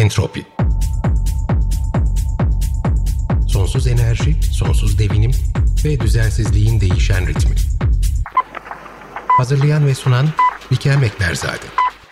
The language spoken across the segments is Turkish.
Entropi. Sonsuz enerji, sonsuz devinim ve düzensizliğin değişen ritmi. Hazırlayan ve sunan Bikem Ekberzade.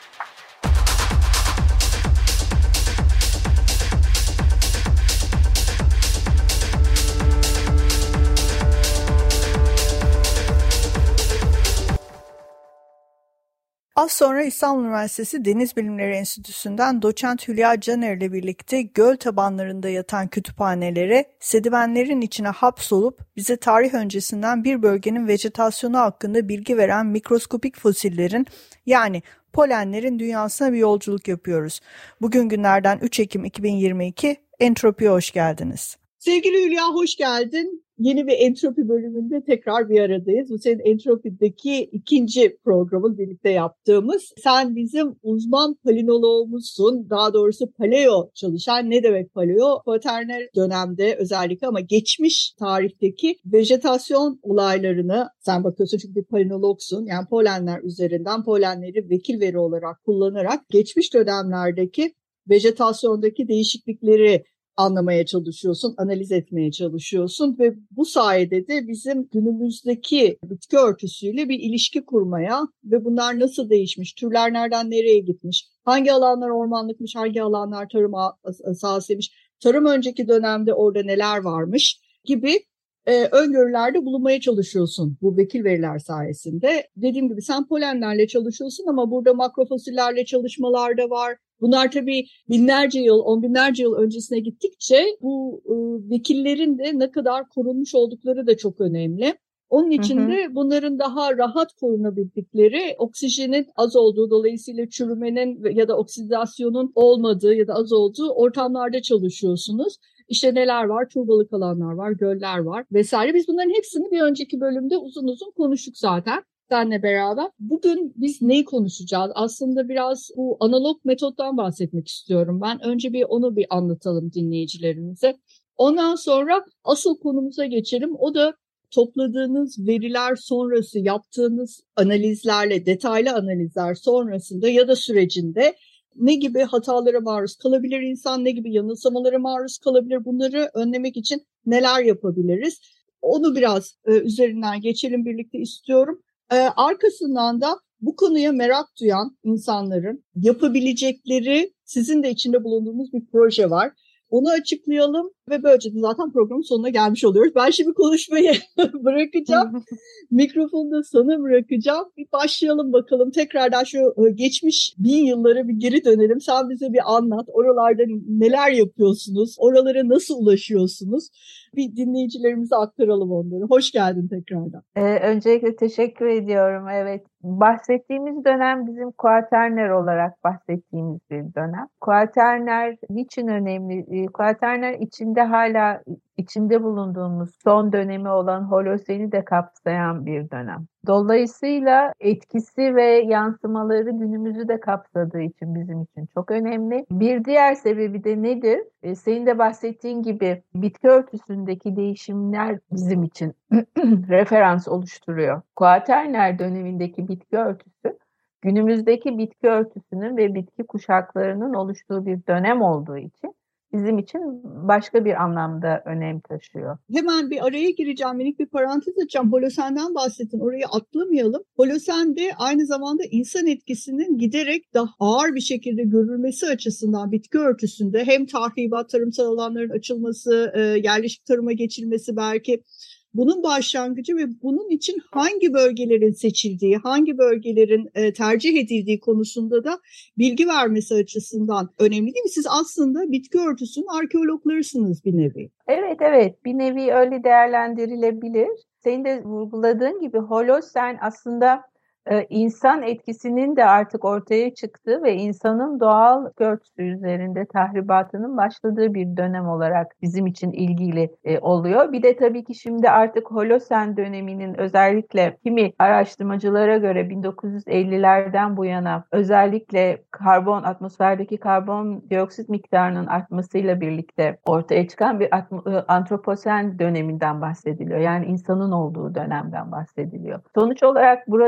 Az sonra İstanbul Üniversitesi Deniz Bilimleri Enstitüsü'nden doçent Hülya Caner ile birlikte göl tabanlarında yatan kütüphanelere, sedimenlerin içine hapsolup bize tarih öncesinden bir bölgenin vejetasyonu hakkında bilgi veren mikroskopik fosillerin yani polenlerin dünyasına bir yolculuk yapıyoruz. Bugün günlerden 3 Ekim 2022, Entropi'ye hoş geldiniz. Sevgili Hülya, hoş geldin. Yeni bir Entropi bölümünde tekrar bir aradayız. Bu senin Entropi'deki ikinci programın birlikte yaptığımız. Sen bizim uzman palinoloğumuzsun. Daha doğrusu paleo çalışan. Ne demek paleo? Kuaterner dönemde özellikle ama geçmiş tarihteki vejetasyon olaylarını, sen bakıyorsun çünkü bir palinologsun. Yani polenler üzerinden polenleri vekil veri olarak kullanarak geçmiş dönemlerdeki vejetasyondaki değişiklikleri anlamaya çalışıyorsun, analiz etmeye çalışıyorsun ve bu sayede de bizim günümüzdeki bitki örtüsüyle bir ilişki kurmaya ve bunlar nasıl değişmiş, türler nereden nereye gitmiş, hangi alanlar ormanlıkmış, hangi alanlar tarım sahasıymış, tarım önceki dönemde orada neler varmış gibi öngörülerde bulunmaya çalışıyorsun bu vekil veriler sayesinde. Dediğim gibi sen polenlerle çalışıyorsun ama burada makrofosillerle çalışmalar da var. Bunlar tabii binlerce yıl, on binlerce yıl öncesine gittikçe bu vekillerin de ne kadar korunmuş oldukları da çok önemli. Onun için de bunların daha rahat korunabildikleri, oksijenin az olduğu, dolayısıyla çürümenin ya da oksidasyonun olmadığı ya da az olduğu ortamlarda çalışıyorsunuz. İşte neler var? Turbalık alanlar var, göller var vesaire. Biz bunların hepsini bir önceki bölümde uzun uzun konuştuk zaten seninle beraber. Bugün biz neyi konuşacağız? Aslında biraz bu analog metottan bahsetmek istiyorum ben. Önce onu bir anlatalım dinleyicilerimize. Ondan sonra asıl konumuza geçelim. O da topladığınız veriler sonrası yaptığınız analizlerle, detaylı analizler sonrasında ya da sürecinde ne gibi hatalara maruz kalabilir insan, ne gibi yanılsamalara maruz kalabilir, bunları önlemek için neler yapabiliriz? Onu biraz üzerinden geçelim birlikte istiyorum. Arkasından da bu konuya merak duyan insanların yapabilecekleri, sizin de içinde bulunduğunuz bir proje var. Onu açıklayalım ve böylece de zaten programın sonuna gelmiş oluyoruz. Ben şimdi konuşmayı bırakacağım. Mikrofonu da sana bırakacağım. Bir başlayalım bakalım. Tekrardan şu geçmiş 1000 yıllara bir geri dönelim. Sen bize bir anlat. Oralarda neler yapıyorsunuz? Oralara nasıl ulaşıyorsunuz? Bir dinleyicilerimize aktaralım onları. Hoş geldin tekrardan. Öncelikle teşekkür ediyorum. Evet, bahsettiğimiz dönem bizim kuaterner olarak bahsettiğimiz bir dönem. Kuaterner niçin önemli? Kuaterner içinde bulunduğumuz son dönemi olan Holosen'i de kapsayan bir dönem. Dolayısıyla etkisi ve yansımaları günümüzü de kapsadığı için bizim için çok önemli. Bir diğer sebebi de nedir? Senin de bahsettiğin gibi bitki örtüsündeki değişimler bizim için referans oluşturuyor. Kuaterner dönemindeki bitki örtüsü günümüzdeki bitki örtüsünün ve bitki kuşaklarının oluştuğu bir dönem olduğu için bizim için başka bir anlamda önem taşıyor. Hemen bir araya gireceğim, minik bir parantez açacağım. Holosen'den bahsettin, orayı atlamayalım. Holosen de aynı zamanda insan etkisinin giderek daha ağır bir şekilde görülmesi açısından bitki örtüsünde hem tahribat, tarımsal alanların açılması, yerleşik tarıma geçilmesi belki bunun başlangıcı ve bunun için hangi bölgelerin seçildiği, hangi bölgelerin tercih edildiği konusunda da bilgi vermesi açısından önemli değil mi? Siz aslında bitki örtüsünün arkeologlarısınız bir nevi. Evet, bir nevi öyle değerlendirilebilir. Senin de vurguladığın gibi Holosen aslında insan etkisinin de artık ortaya çıktığı ve insanın doğal örtüsü üzerinde tahribatının başladığı bir dönem olarak bizim için ilgili oluyor. Bir de tabii ki şimdi artık Holosen döneminin özellikle kimi araştırmacılara göre 1950'lerden bu yana özellikle atmosferdeki karbondioksit miktarının artmasıyla birlikte ortaya çıkan bir antroposen döneminden bahsediliyor. Yani insanın olduğu dönemden bahsediliyor. Sonuç olarak burada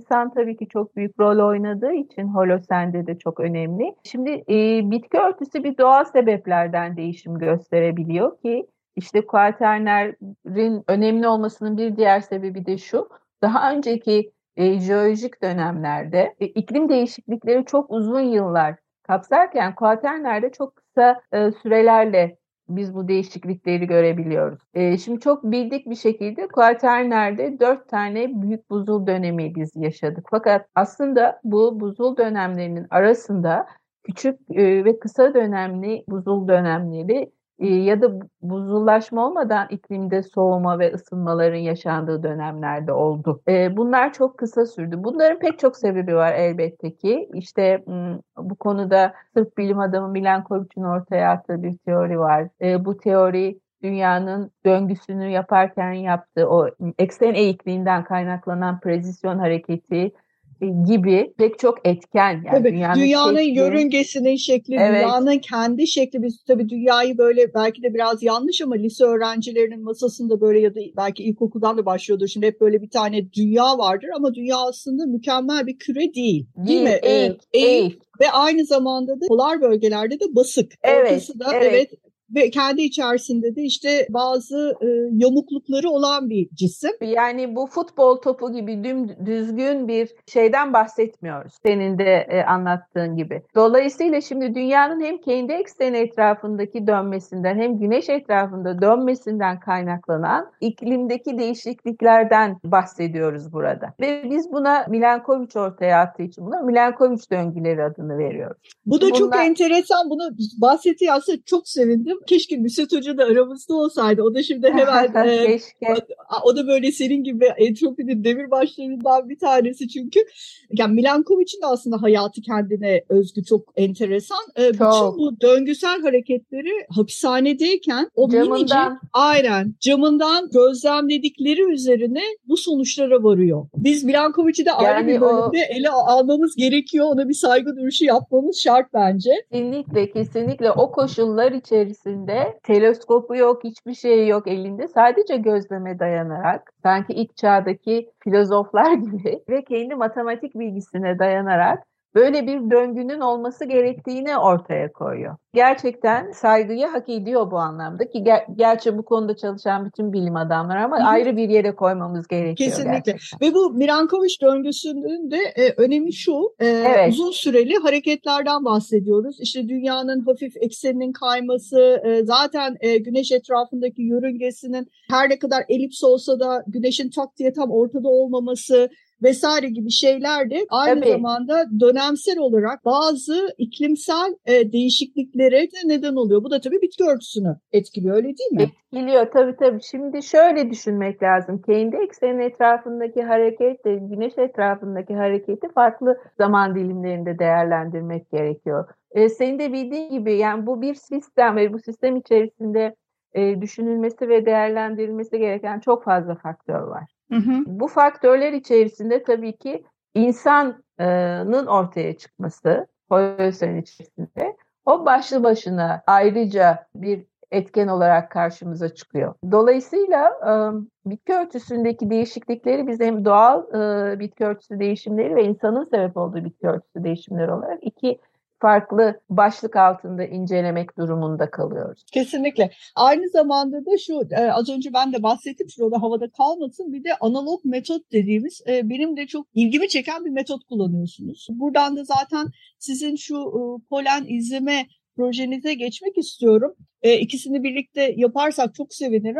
insan tabii ki çok büyük rol oynadığı için Holosen'de de çok önemli. Şimdi bitki örtüsü bir doğal sebeplerden değişim gösterebiliyor ki işte kuaternerin önemli olmasının bir diğer sebebi de şu. Daha önceki jeolojik dönemlerde iklim değişiklikleri çok uzun yıllar kapsarken kuaternerde çok kısa sürelerle biz bu değişiklikleri görebiliyoruz. Şimdi çok bildik bir şekilde kuaternerde 4 tane büyük buzul dönemi biz yaşadık. Fakat aslında bu buzul dönemlerinin arasında küçük ve kısa dönemli buzul dönemleri ya da buzullaşma olmadan iklimde soğuma ve ısınmaların yaşandığı dönemlerde oldu. Bunlar çok kısa sürdü. Bunların pek çok sebebi var elbette ki. İşte bu konuda Sırp bilim adamı Milankovic'in ortaya attığı bir teori var. Bu teori dünyanın döngüsünü yaparken yaptığı o eksen eğikliğinden kaynaklanan prezisyon hareketi gibi pek çok etken. Yani tabii, dünyanın şekli, yörüngesinin şekli, evet, dünyanın kendi şekli. Biz tabii dünyayı böyle belki de biraz yanlış ama lise öğrencilerinin masasında böyle ya da belki ilkokuldan da başlıyordur. Şimdi hep böyle bir tane dünya vardır ama dünya aslında mükemmel bir küre değil. Değil mi? Eğik. Ve aynı zamanda da polar bölgelerde de basık. Evet, ortası da evet. Ve kendi içerisinde de işte bazı yamuklukları olan bir cisim. Yani bu futbol topu gibi düzgün bir şeyden bahsetmiyoruz. Senin de anlattığın gibi. Dolayısıyla şimdi dünyanın hem kendi ekseni etrafındaki dönmesinden hem güneş etrafında dönmesinden kaynaklanan iklimdeki değişikliklerden bahsediyoruz burada. Ve biz buna Milankovic ortaya attığı için buna Milankovic döngüleri adını veriyoruz. Bu da çok enteresan. Bunu bahsettiği aslında çok sevindim. Keşke Nusret Hoca da aramızda olsaydı. O da şimdi hemen o da böyle senin gibi entropinin demirbaşlarından bir tanesi çünkü. Yani Milankovic'in de aslında hayatı kendine özgü çok enteresan. Bütün bu döngüsel hareketleri hapishanedeyken o minicik camından gözlemledikleri üzerine bu sonuçlara varıyor. Biz Milankovic'i de ayrı bir bölümde ele almamız gerekiyor. Ona bir saygı duruşu yapmamız şart bence. Kesinlikle o koşullar içerisinde teleskopu yok, hiçbir şey yok elinde. Sadece gözleme dayanarak, sanki ilk çağdaki filozoflar gibi ve kendi matematik bilgisine dayanarak böyle bir döngünün olması gerektiğini ortaya koyuyor. Gerçekten saygıyı hak ediyor bu anlamda ki gerçi bu konuda çalışan bütün bilim adamları ama ayrı bir yere koymamız gerekiyor. Kesinlikle. Gerçekten. Ve bu Milankovic döngüsünün de önemi şu, uzun süreli hareketlerden bahsediyoruz. İşte dünyanın hafif ekseninin kayması, zaten güneş etrafındaki yörüngesinin her ne kadar elips olsa da güneşin tak diye tam ortada olmaması vesaire gibi şeyler de aynı zamanda dönemsel olarak bazı iklimsel değişikliklere de neden oluyor. Bu da tabii bitki örtüsünü etkiliyor, öyle değil mi? Etkiliyor tabii. Şimdi şöyle düşünmek lazım. Kendi eksenin etrafındaki hareketle güneş etrafındaki hareketi farklı zaman dilimlerinde değerlendirmek gerekiyor. Senin de bildiğin gibi yani bu bir sistem ve bu sistem içerisinde düşünülmesi ve değerlendirilmesi gereken çok fazla faktör var. Bu faktörler içerisinde tabii ki insanın ortaya çıkması Holosen içerisinde o başlı başına ayrıca bir etken olarak karşımıza çıkıyor. Dolayısıyla bitki örtüsündeki değişiklikleri biz hem doğal bitki örtüsü değişimleri ve insanın sebep olduğu bitki örtüsü değişimleri olarak iki farklı başlık altında incelemek durumunda kalıyoruz. Kesinlikle. Aynı zamanda da şu az önce ben de bahsettim, şurada havada kalmasın, bir de analog metot dediğimiz benim de çok ilgimi çeken bir metot kullanıyorsunuz. Buradan da zaten sizin şu polen izleme projenize geçmek istiyorum. İkisini birlikte yaparsak çok sevinirim.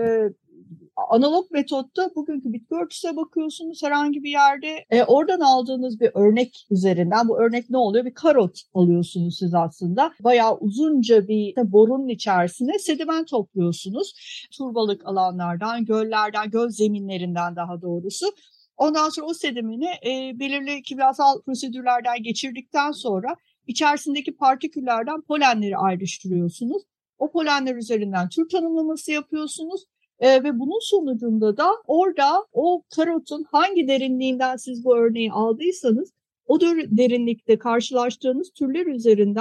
Analog metotta bugünkü bitki örtüsüne bakıyorsunuz herhangi bir yerde. Oradan aldığınız bir örnek üzerinden, bu örnek ne oluyor? Bir karot alıyorsunuz siz aslında. Bayağı uzunca bir borunun içerisine sedimen topluyorsunuz. Turbalık alanlardan, göllerden, göl zeminlerinden daha doğrusu. Ondan sonra o sedimeni belirli kimyasal prosedürlerden geçirdikten sonra içerisindeki partiküllerden polenleri ayrıştırıyorsunuz. O polenler üzerinden tür tanımlaması yapıyorsunuz. Ve bunun sonucunda da orada o karotun hangi derinliğinden siz bu örneği aldıysanız o derinlikte karşılaştığınız türler üzerinden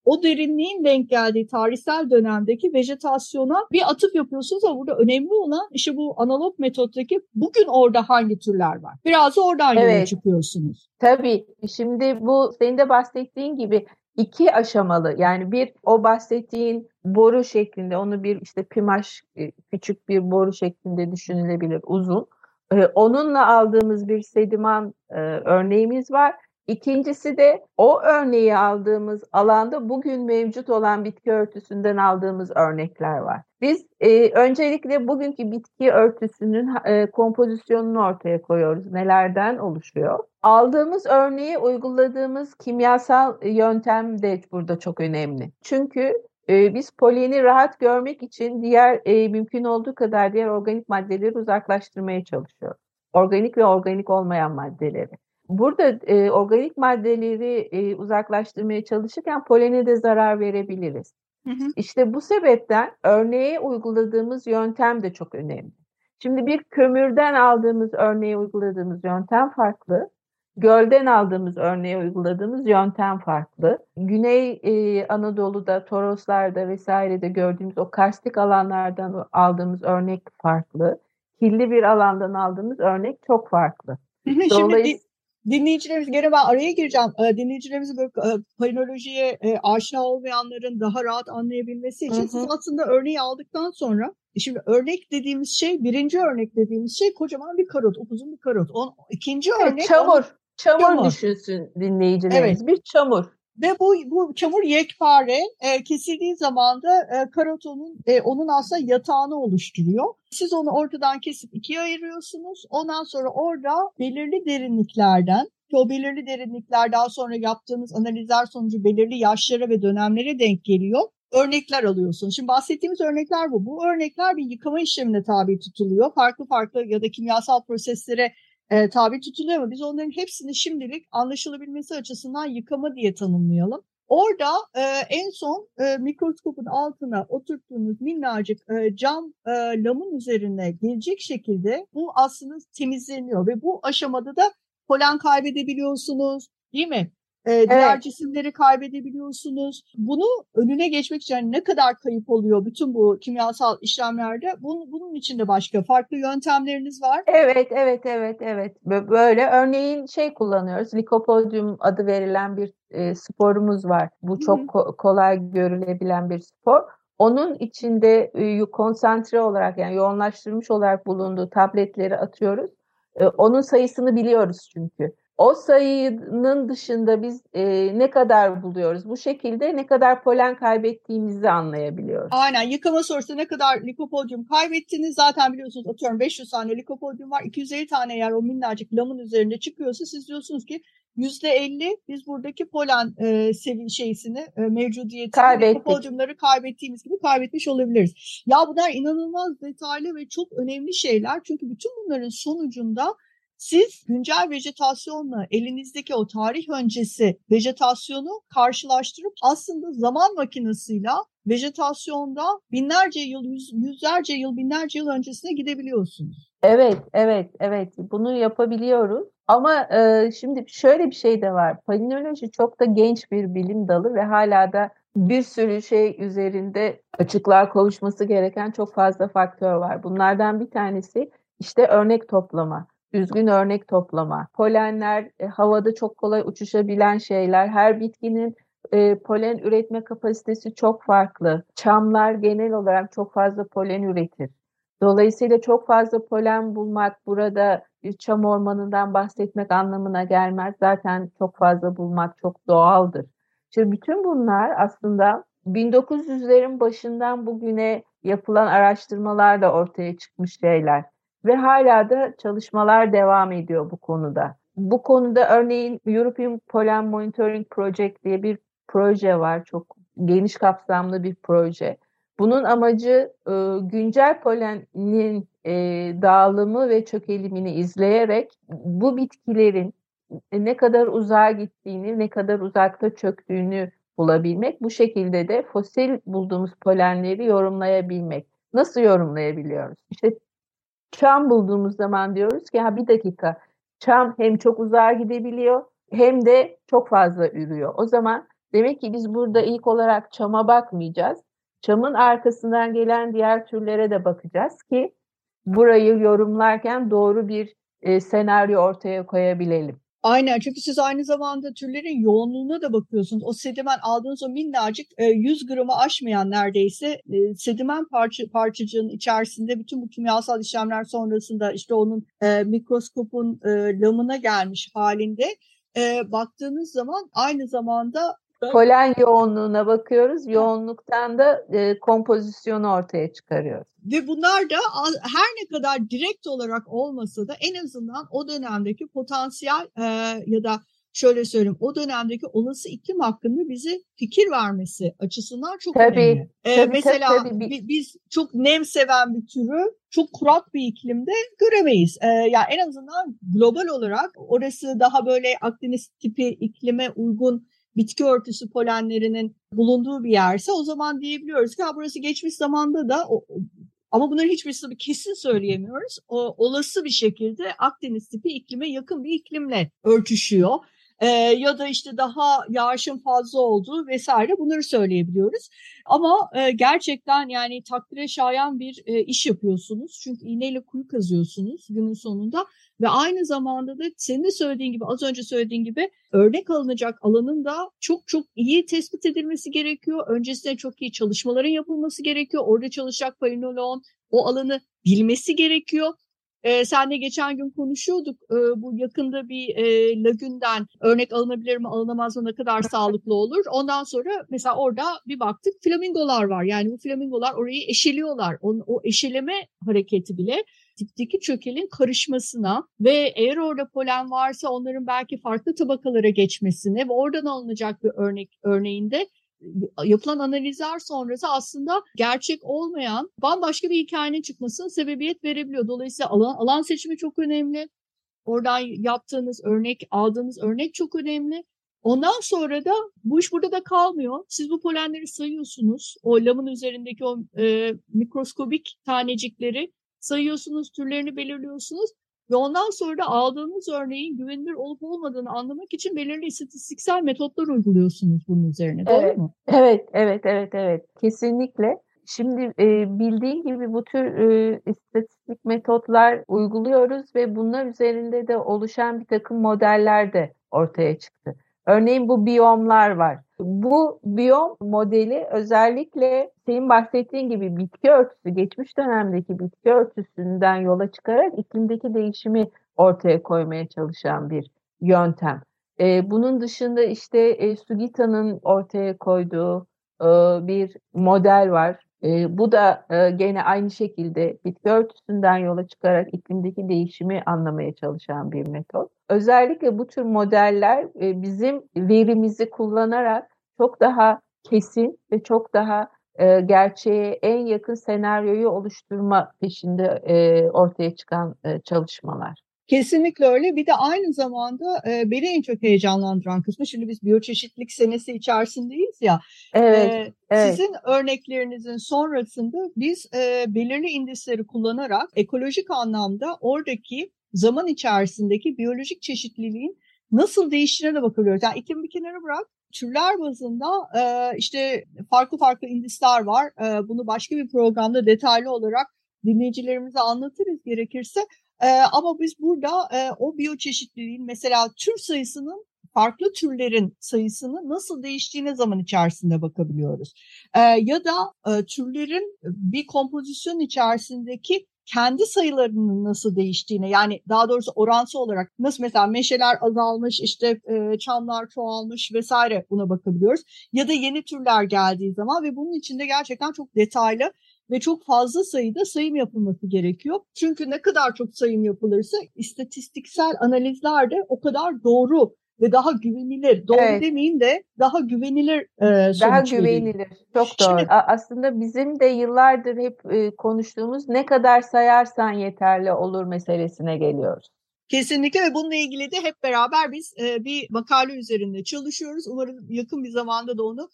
o derinliğin denk geldiği tarihsel dönemdeki vejetasyona bir atıf yapıyorsunuz ama burada önemli olan işte bu analog metottaki bugün orada hangi türler var? Biraz da oradan yola Evet, çıkıyorsunuz. tabii. Şimdi bu senin de bahsettiğin gibi iki aşamalı. Yani bir o bahsettiğin boru şeklinde, onu bir işte pimaş, küçük bir boru şeklinde düşünülebilir, uzun. Onunla aldığımız bir sediman örneğimiz var. İkincisi de o örneği aldığımız alanda bugün mevcut olan bitki örtüsünden aldığımız örnekler var. Biz öncelikle bugünkü bitki örtüsünün kompozisyonunu ortaya koyuyoruz. Nelerden oluşuyor? Aldığımız örneği uyguladığımız kimyasal yöntem de burada çok önemli. Çünkü biz poleni rahat görmek için mümkün olduğu kadar diğer organik maddeleri uzaklaştırmaya çalışıyoruz. Organik ve organik olmayan maddeleri. Burada organik maddeleri uzaklaştırmaya çalışırken polene de zarar verebiliriz. Hı hı. İşte bu sebepten örneğe uyguladığımız yöntem de çok önemli. Şimdi bir kömürden aldığımız örneğe uyguladığımız yöntem farklı. Gölden aldığımız örneğe uyguladığımız yöntem farklı. Güney Anadolu'da, Toroslar'da vesairede gördüğümüz o karstik alanlardan aldığımız örnek farklı. Kirli bir alandan aldığımız örnek çok farklı. Şimdi dinleyicilerimiz, gene ben araya gireceğim. Dinleyicilerimizin böyle palinolojiye aşina olmayanların daha rahat anlayabilmesi için siz aslında örneği aldıktan sonra şimdi örnek dediğimiz şey, birinci örnek dediğimiz şey kocaman bir karot, upuzun bir karot. İkinci örnek çamur düşünsün dinleyicilerimiz. Evet. Bir çamur. Ve bu çamur yekpare, kesildiği zaman da karotonun onun aslında yatağını oluşturuyor. Siz onu ortadan kesip ikiye ayırıyorsunuz. Ondan sonra orada belirli derinliklerden, ki o belirli derinlikler daha sonra yaptığınız analizler sonucu belirli yaşlara ve dönemlere denk geliyor. Örnekler alıyorsunuz. Şimdi bahsettiğimiz örnekler bu. Bu örnekler bir yıkama işlemine tabi tutuluyor. Farklı farklı ya da kimyasal proseslere tabi tutuluyor ama biz onların hepsini şimdilik anlaşılabilmesi açısından yıkama diye tanımlayalım. Orada en son mikroskopun altına oturttuğunuz minnacık cam lamın üzerine gelecek şekilde bu aslında temizleniyor ve bu aşamada da polen kaybedebiliyorsunuz, değil mi? Diğer Evet. cisimleri kaybedebiliyorsunuz. Bunu önüne geçmek için yani ne kadar kayıp oluyor bütün bu kimyasal işlemlerde? Bunun için de başka farklı yöntemleriniz var. Evet. Böyle örneğin kullanıyoruz. Lycopodium adı verilen bir sporumuz var. Bu çok kolay görülebilen bir spor. Onun içinde konsantre olarak, yani yoğunlaştırılmış olarak bulunduğu tabletleri atıyoruz. Onun sayısını biliyoruz çünkü. O sayının dışında biz ne kadar buluyoruz? Bu şekilde ne kadar polen kaybettiğimizi anlayabiliyoruz. Aynen, yıkama sonrasında ne kadar Lycopodium kaybettiniz zaten biliyorsunuz, atıyorum 500 tane Lycopodium var, 250 tane eğer o minnacık lamın üzerinde çıkıyorsa siz diyorsunuz ki %50 biz buradaki polen mevcudiyetini Lycopodiumları kaybettiğimiz gibi kaybetmiş olabiliriz. Ya bunlar inanılmaz detaylı ve çok önemli şeyler çünkü bütün bunların sonucunda siz güncel vejetasyonla elinizdeki o tarih öncesi vejetasyonu karşılaştırıp aslında zaman makinesiyle vejetasyonda binlerce yıl, yüzlerce yıl, binlerce yıl öncesine gidebiliyorsunuz. Evet. Bunu yapabiliyoruz. Ama şimdi şöyle bir şey de var. Palinoloji çok da genç bir bilim dalı ve hala da bir sürü şey üzerinde açıklığa kavuşması gereken çok fazla faktör var. Bunlardan bir tanesi işte örnek toplama. Düzgün örnek toplama. Polenler havada çok kolay uçuşabilen şeyler. Her bitkinin polen üretme kapasitesi çok farklı. Çamlar genel olarak çok fazla polen üretir. Dolayısıyla çok fazla polen bulmak burada bir çam ormanından bahsetmek anlamına gelmez. Zaten çok fazla bulmak çok doğaldır. Şimdi bütün bunlar aslında 1900'lerin başından bugüne yapılan araştırmalarla ortaya çıkmış şeyler. Ve hala da çalışmalar devam ediyor bu konuda. Bu konuda örneğin European Pollen Monitoring Project diye bir proje var. Çok geniş kapsamlı bir proje. Bunun amacı güncel polenin dağılımı ve çökelimini izleyerek bu bitkilerin ne kadar uzağa gittiğini, ne kadar uzakta çöktüğünü bulabilmek. Bu şekilde de fosil bulduğumuz polenleri yorumlayabilmek. Nasıl yorumlayabiliyoruz? İşte çam bulduğumuz zaman diyoruz ki bir dakika, çam hem çok uzağa gidebiliyor hem de çok fazla ürüyor. O zaman Demek ki biz burada ilk olarak çama bakmayacağız. Çamın arkasından gelen diğer türlere de bakacağız ki burayı yorumlarken doğru bir senaryo ortaya koyabilelim. Aynen, çünkü siz aynı zamanda türlerin yoğunluğuna da bakıyorsunuz. O sedimen aldığınız o minnacık 100 gramı aşmayan neredeyse sedimen parçacığın içerisinde bütün bu kimyasal işlemler sonrasında işte onun mikroskopun lamına gelmiş halinde baktığınız zaman aynı zamanda polen yoğunluğuna bakıyoruz. Yoğunluktan da kompozisyonu ortaya çıkarıyoruz. Ve bunlar da her ne kadar direkt olarak olmasa da en azından o dönemdeki potansiyel ya da şöyle söyleyeyim, o dönemdeki olası iklim hakkında bize fikir vermesi açısından çok önemli. Mesela biz çok nem seven bir türü çok kurak bir iklimde göremeyiz. Yani en azından global olarak orası daha böyle Akdeniz tipi iklime uygun bitki örtüsü polenlerinin bulunduğu bir yerse o zaman diyebiliyoruz ki burası geçmiş zamanda da ama bunların hiçbirisini kesin söyleyemiyoruz. Olası bir şekilde Akdeniz tipi iklime yakın bir iklimle örtüşüyor. Ya da işte daha yağışın fazla olduğu vesaire, bunları söyleyebiliyoruz. Ama gerçekten yani takdire şayan bir iş yapıyorsunuz. Çünkü iğneyle kuyu kazıyorsunuz günün sonunda. Ve aynı zamanda da senin de söylediğin gibi, az önce söylediğin gibi örnek alınacak alanın da çok çok iyi tespit edilmesi gerekiyor. Öncesinde çok iyi çalışmaların yapılması gerekiyor. Orada çalışacak palinoloğun o alanı bilmesi gerekiyor. Seninle geçen gün konuşuyorduk. Bu yakında bir lagünden örnek alınabilir mi, alınamaz mı, ne kadar sağlıklı olur? Ondan sonra mesela orada bir baktık, flamingolar var. Yani bu flamingolar orayı eşeliyorlar. O eşeleme hareketi bile dipteki çökelin karışmasına ve eğer orada polen varsa onların belki farklı tabakalara geçmesine ve oradan alınacak bir örneğinde yapılan analizler sonrası aslında gerçek olmayan bambaşka bir hikayenin çıkmasına sebebiyet verebiliyor. Dolayısıyla alan seçimi çok önemli. Oradan yaptığınız örnek, aldığınız örnek çok önemli. Ondan sonra da bu iş burada da kalmıyor. Siz bu polenleri sayıyorsunuz. O lamın üzerindeki o mikroskobik tanecikleri sayıyorsunuz, türlerini belirliyorsunuz. Ve ondan sonra da aldığınız örneğin güvenilir olup olmadığını anlamak için belirli istatistiksel metotlar uyguluyorsunuz bunun üzerine. Doğru mu? Evet. Kesinlikle. Şimdi bildiğin gibi bu tür istatistik metotlar uyguluyoruz ve bunlar üzerinde de oluşan bir takım modeller de ortaya çıktı. Örneğin bu biyomlar var. Bu biyom modeli özellikle senin bahsettiğin gibi bitki örtüsü, geçmiş dönemdeki bitki örtüsünden yola çıkarak iklimdeki değişimi ortaya koymaya çalışan bir yöntem. Bunun dışında işte Sugita'nın ortaya koyduğu bir model var. Bu da gene aynı şekilde bitki örtüsünden yola çıkarak iklimdeki değişimi anlamaya çalışan bir metot. Özellikle bu tür modeller bizim verimizi kullanarak çok daha kesin ve çok daha gerçeğe en yakın senaryoyu oluşturma peşinde ortaya çıkan çalışmalar. Kesinlikle öyle. Bir de aynı zamanda beni en çok heyecanlandıran kısmı, şimdi biz biyoçeşitlilik senesi içerisindeyiz ya. Evet. Sizin örneklerinizin sonrasında biz belirli indisleri kullanarak ekolojik anlamda oradaki zaman içerisindeki biyolojik çeşitliliğin nasıl değiştiğine de bakıyoruz. Yani iklim bir kenara bırak. Türler bazında işte farklı indisler var. Bunu başka bir programda detaylı olarak dinleyicilerimize anlatırız gerekirse. Ama biz burada o biyoçeşitliliğin, mesela tür sayısının, farklı türlerin sayısının nasıl değiştiğine zaman içerisinde bakabiliyoruz. Ya da türlerin bir kompozisyon içerisindeki kendi sayılarının nasıl değiştiğine, yani daha doğrusu oransı olarak nasıl, mesela meşeler azalmış, işte çamlar çoğalmış vesaire, buna bakabiliyoruz. Ya da yeni türler geldiği zaman ve bunun içinde gerçekten çok detaylı ve çok fazla sayıda sayım yapılması gerekiyor. Çünkü ne kadar çok sayım yapılırsa istatistiksel analizler de o kadar doğru ve daha güvenilir. Doğru demeyeyim de daha güvenilir sonuç daha veriyor. güvenilir. Çok doğru. Şimdi, aslında bizim de yıllardır hep konuştuğumuz ne kadar sayarsan yeterli olur meselesine geliyoruz. Kesinlikle, ve bununla ilgili de hep beraber biz bir makale üzerinde çalışıyoruz. Umarım yakın bir zamanda da onu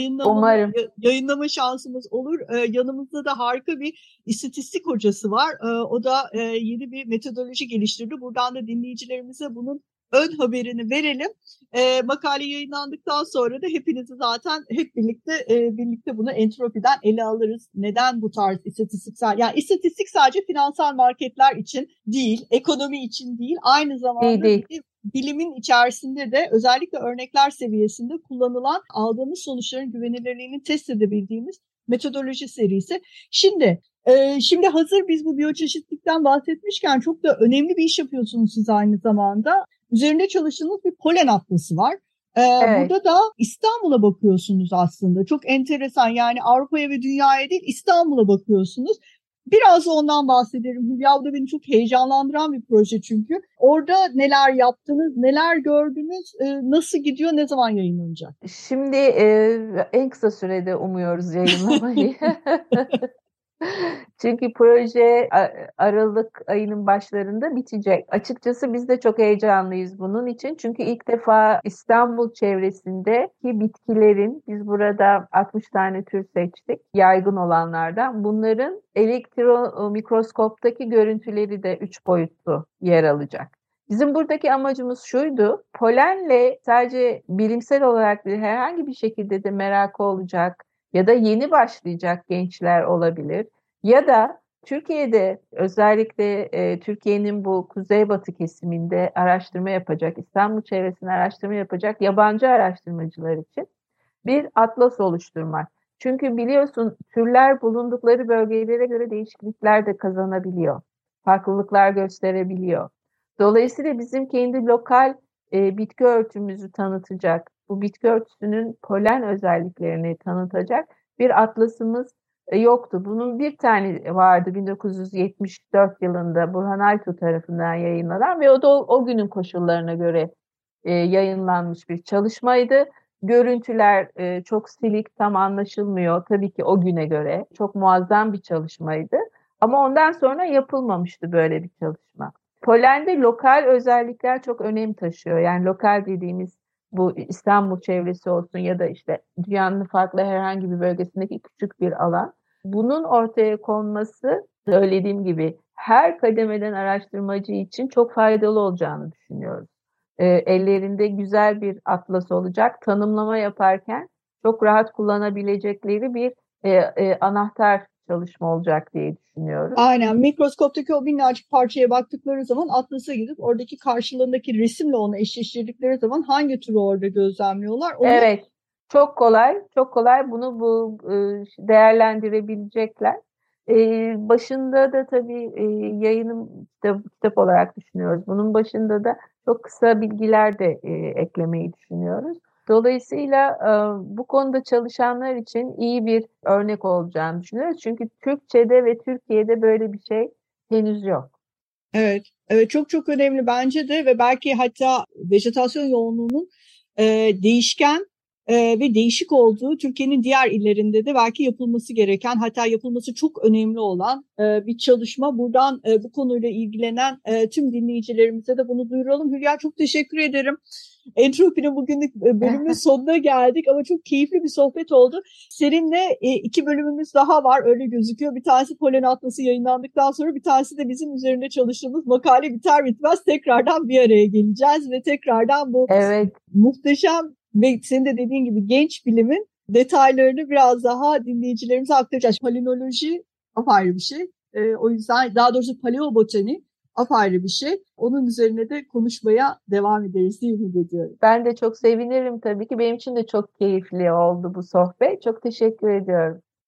yayınlama şansımız olur. Yanımızda da harika bir istatistik hocası var. O da yeni bir metodoloji geliştirdi. Buradan da dinleyicilerimize bunun ön haberini verelim. Makale yayınlandıktan sonra da hepinizi zaten hep birlikte bunu Entropi'den ele alırız. Neden bu tarz istatistiksel, yani istatistik sadece finansal marketler için değil, ekonomi için değil, aynı zamanda bilimin içerisinde de özellikle örnekler seviyesinde kullanılan, aldığımız sonuçların güvenilirliğini test edebildiğimiz metodoloji serisi. Şimdi hazır biz bu biyoçeşitlilikten bahsetmişken çok da önemli bir iş yapıyorsunuz siz aynı zamanda. Üzerinde çalıştığınız bir polen atlası var. Evet. Burada da İstanbul'a bakıyorsunuz aslında. Çok enteresan, yani Avrupa'ya ve dünyaya değil İstanbul'a bakıyorsunuz. Biraz ondan bahsedelim. Hülya, bu da beni çok heyecanlandıran bir proje çünkü. Orada neler yaptınız, neler gördünüz, nasıl gidiyor, ne zaman yayınlanacak? Şimdi en kısa sürede umuyoruz yayınlamayı. Çünkü proje Aralık ayının başlarında bitecek. Açıkçası biz de çok heyecanlıyız bunun için. Çünkü ilk defa İstanbul çevresindeki bitkilerin, biz burada 60 tane tür seçtik, yaygın olanlardan. Bunların elektromikroskoptaki görüntüleri de 3 boyutlu yer alacak. Bizim buradaki amacımız şuydu: polenle sadece bilimsel olarak herhangi bir şekilde de merakı olacak ya da yeni başlayacak gençler olabilir. Ya da Türkiye'de, özellikle Türkiye'nin bu kuzeybatı kesiminde araştırma yapacak, İstanbul çevresinde araştırma yapacak yabancı araştırmacılar için bir atlas oluşturmak. Çünkü biliyorsun türler bulundukları bölgelere göre değişiklikler de kazanabiliyor. Farklılıklar gösterebiliyor. Dolayısıyla bizim kendi lokal bitki örtümüzü tanıtacak, bu bitki örtüsünün polen özelliklerini tanıtacak bir atlasımız yoktu. Bunun bir tane vardı 1974 yılında Burhan Altuğ tarafından yayınlanan ve o da o günün koşullarına göre yayınlanmış bir çalışmaydı. Görüntüler çok silik, tam anlaşılmıyor tabii ki o güne göre. Çok muazzam bir çalışmaydı. Ama ondan sonra yapılmamıştı böyle bir çalışma. Polende lokal özellikler çok önem taşıyor. Yani lokal dediğimiz bu İstanbul çevresi olsun ya da işte dünyanın farklı herhangi bir bölgesindeki küçük bir alan. Bunun ortaya konması, söylediğim gibi, her kademeden araştırmacı için çok faydalı olacağını düşünüyoruz. Ellerinde güzel bir atlas olacak. Tanımlama yaparken çok rahat kullanabilecekleri bir anahtar çalışma olacak diye düşünüyorum. Aynen, mikroskoptaki o minnacık parçaya baktıkları zaman atlasa gidip oradaki karşılarındaki resimle onu eşleştirdikleri zaman hangi türü orada gözlemliyorlar? Evet, çok kolay bunu değerlendirebilecekler. Başında da tabii yayınım kitap olarak düşünüyoruz. Bunun başında da çok kısa bilgiler de eklemeyi düşünüyoruz. Dolayısıyla bu konuda çalışanlar için iyi bir örnek olacağını düşünüyoruz. Çünkü Türkçe'de ve Türkiye'de böyle bir şey henüz yok. Evet, çok önemli bence de ve belki hatta vejetasyon yoğunluğunun değişken ve değişik olduğu Türkiye'nin diğer illerinde de belki yapılması gereken, hatta yapılması çok önemli olan bir çalışma. Buradan bu konuyla ilgilenen tüm dinleyicilerimize de bunu duyuralım. Hülya, çok teşekkür ederim. Entropi'nin bugünlük bölümün sonuna geldik ama çok keyifli bir sohbet oldu. Seninle 2 bölümümüz daha var, öyle gözüküyor. Bir tanesi polen atlası yayınlandıktan sonra, bir tanesi de bizim üzerinde çalıştığımız makale biter bitmez tekrardan bir araya geleceğiz ve tekrardan bu muhteşem ve senin de dediğin gibi genç bilimin detaylarını biraz daha dinleyicilerimize aktaracağız. Palinoloji apayrı bir şey. O yüzden, daha doğrusu paleobotani apayrı bir şey. Onun üzerine de konuşmaya devam ederiz diye ümit ediyorum. Ben de çok sevinirim tabii ki. Benim için de çok keyifli oldu bu sohbet. Çok teşekkür ediyorum.